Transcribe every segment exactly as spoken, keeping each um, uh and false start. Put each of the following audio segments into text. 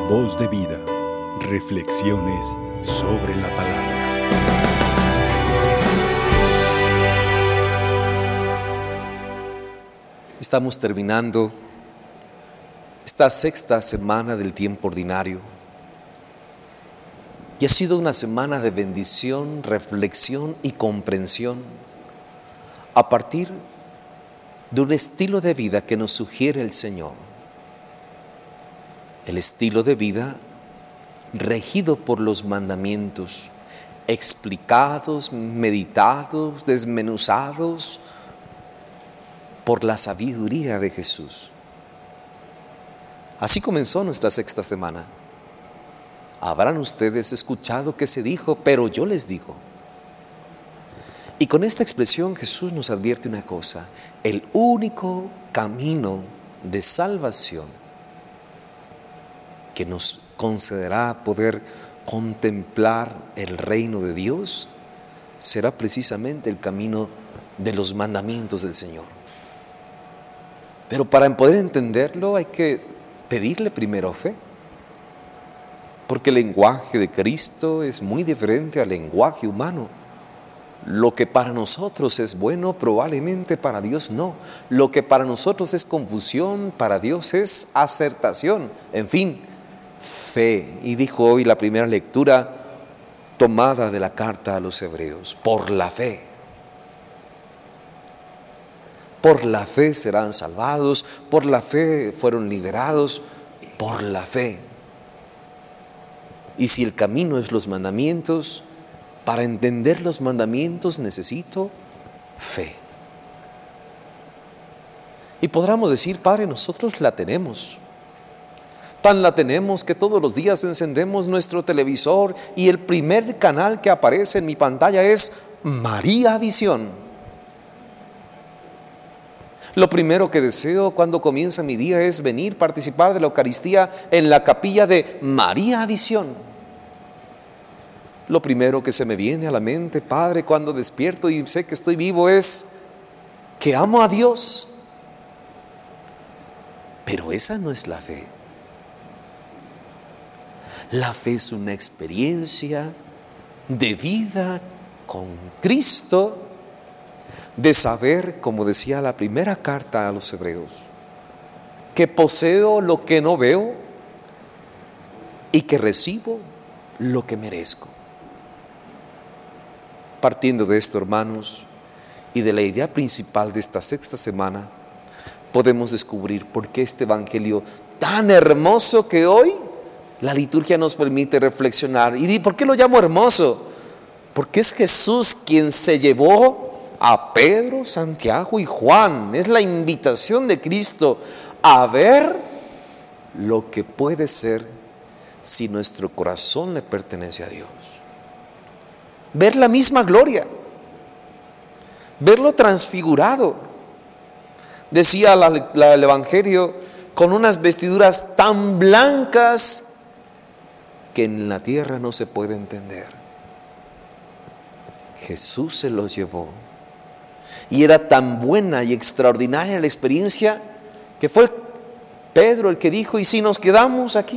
Voz de vida. Reflexiones sobre la palabra. Estamos terminando esta sexta semana del tiempo ordinario y ha sido una semana de bendición, reflexión y comprensión a partir de un estilo de vida que nos sugiere el Señor. El estilo de vida regido por los mandamientos, explicados, meditados, desmenuzados por la sabiduría de Jesús. Así comenzó nuestra sexta semana. Habrán ustedes escuchado que se dijo, pero yo les digo. Y con esta expresión Jesús nos advierte una cosa: el único camino de salvación que nos concederá poder contemplar el reino de Dios será precisamente el camino de los mandamientos del Señor. Pero para poder entenderlo hay que pedirle primero fe, porque el lenguaje de Cristo es muy diferente al lenguaje humano. Lo que para nosotros es bueno, probablemente para Dios no. Lo que para nosotros es confusión, para Dios es acertación. En fin, fe. Y dijo hoy la primera lectura tomada de la carta a los Hebreos: por la fe. Por la fe serán salvados, por la fe fueron liberados, por la fe. Y si el camino es los mandamientos, para entender los mandamientos necesito fe. Y podríamos decir: Padre, nosotros la tenemos. Tan la tenemos que todos los días encendemos nuestro televisor y el primer canal que aparece en mi pantalla es María Visión. Lo primero que deseo cuando comienza mi día es venir a participar de la Eucaristía en la capilla de María Visión. Lo primero que se me viene a la mente, Padre, cuando despierto y sé que estoy vivo, es que amo a Dios. Pero esa no es la fe. La fe es una experiencia de vida con Cristo, de saber, como decía la primera carta a los Hebreos, que poseo lo que no veo y que recibo lo que merezco. Partiendo de esto, hermanos, y de la idea principal de esta sexta semana, podemos descubrir por qué este evangelio tan hermoso que hoy la liturgia nos permite reflexionar. ¿Y por qué lo llamo hermoso? Porque es Jesús quien se llevó a Pedro, Santiago y Juan. Es la invitación de Cristo a ver lo que puede ser si nuestro corazón le pertenece a Dios. Ver la misma gloria, verlo transfigurado. Decía la, la, el Evangelio, con unas vestiduras tan blancas que en la tierra no se puede entender. Jesús se los llevó. Y era tan buena y extraordinaria la experiencia que fue Pedro el que dijo: ¿y si nos quedamos aquí?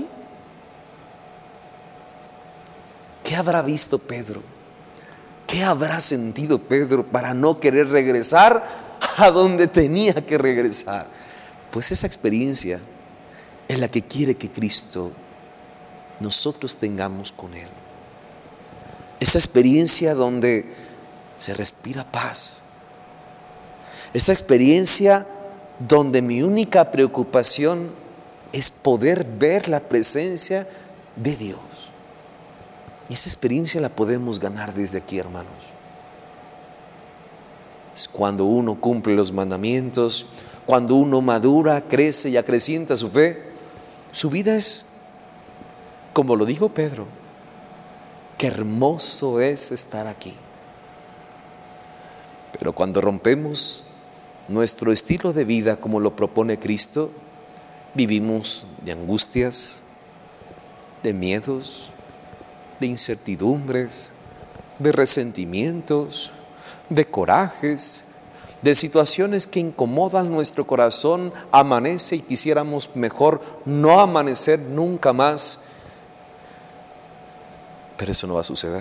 ¿Qué habrá visto Pedro? ¿Qué habrá sentido Pedro para no querer regresar a donde tenía que regresar? Pues esa experiencia es la que quiere que Cristo nosotros tengamos con Él. Esa experiencia donde se respira paz. Esa experiencia donde mi única preocupación es poder ver la presencia de Dios. Y esa experiencia la podemos ganar desde aquí, hermanos. Es cuando uno cumple los mandamientos, cuando uno madura, crece y acrecienta su fe. Su vida es, como lo dijo Pedro, qué hermoso es estar aquí. Pero cuando rompemos nuestro estilo de vida como lo propone Cristo, vivimos de angustias, de miedos, de incertidumbres, de resentimientos, de corajes, de situaciones que incomodan nuestro corazón, amanece y quisiéramos mejor no amanecer nunca más. Pero eso no va a suceder.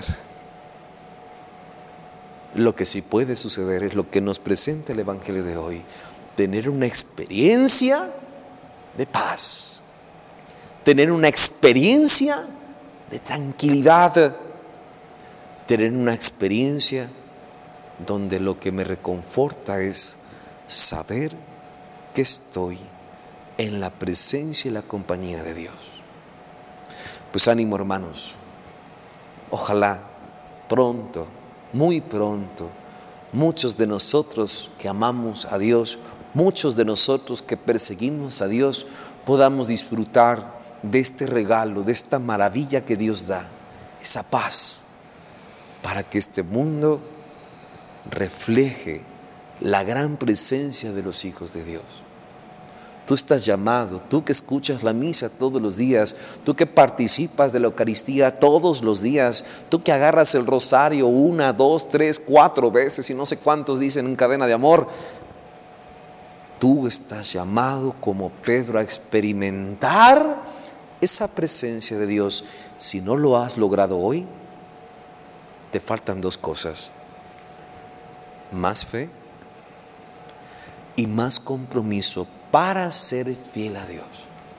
Lo que sí puede suceder es lo que nos presenta el Evangelio de hoy: tener una experiencia de paz, tener una experiencia de tranquilidad, tener una experiencia donde lo que me reconforta es saber que estoy en la presencia y la compañía de Dios. Pues ánimo, hermanos, ojalá pronto, muy pronto, muchos de nosotros que amamos a Dios, muchos de nosotros que perseguimos a Dios, podamos disfrutar de este regalo, de esta maravilla que Dios da, esa paz, para que este mundo refleje la gran presencia de los hijos de Dios. Tú estás llamado, tú que escuchas la misa todos los días, tú que participas de la Eucaristía todos los días, tú que agarras el rosario una, dos, tres, cuatro veces y no sé cuántos dicen en cadena de amor, tú estás llamado como Pedro a experimentar esa presencia de Dios. Si no lo has logrado hoy, te faltan dos cosas: más fe y más compromiso para ser fiel a Dios.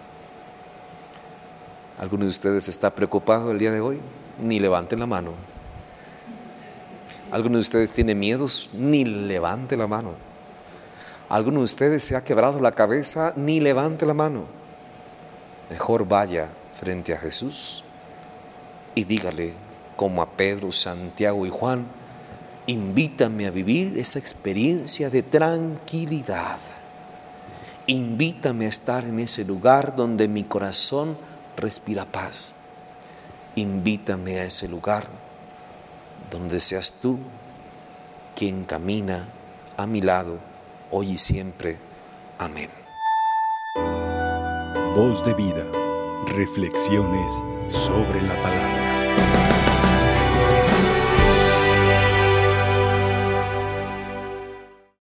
¿Alguno de ustedes está preocupado el día de hoy? Ni levanten la mano. ¿Alguno de ustedes tiene miedos? Ni levante la mano. ¿Alguno de ustedes se ha quebrado la cabeza? Ni levante la mano. Mejor vaya frente a Jesús y dígale, como a Pedro, Santiago y Juan: invítame a vivir esa experiencia de tranquilidad. Invítame a estar en ese lugar donde mi corazón respira paz. Invítame a ese lugar donde seas tú quien camina a mi lado hoy y siempre. Amén. Voz de vida. Reflexiones sobre la palabra.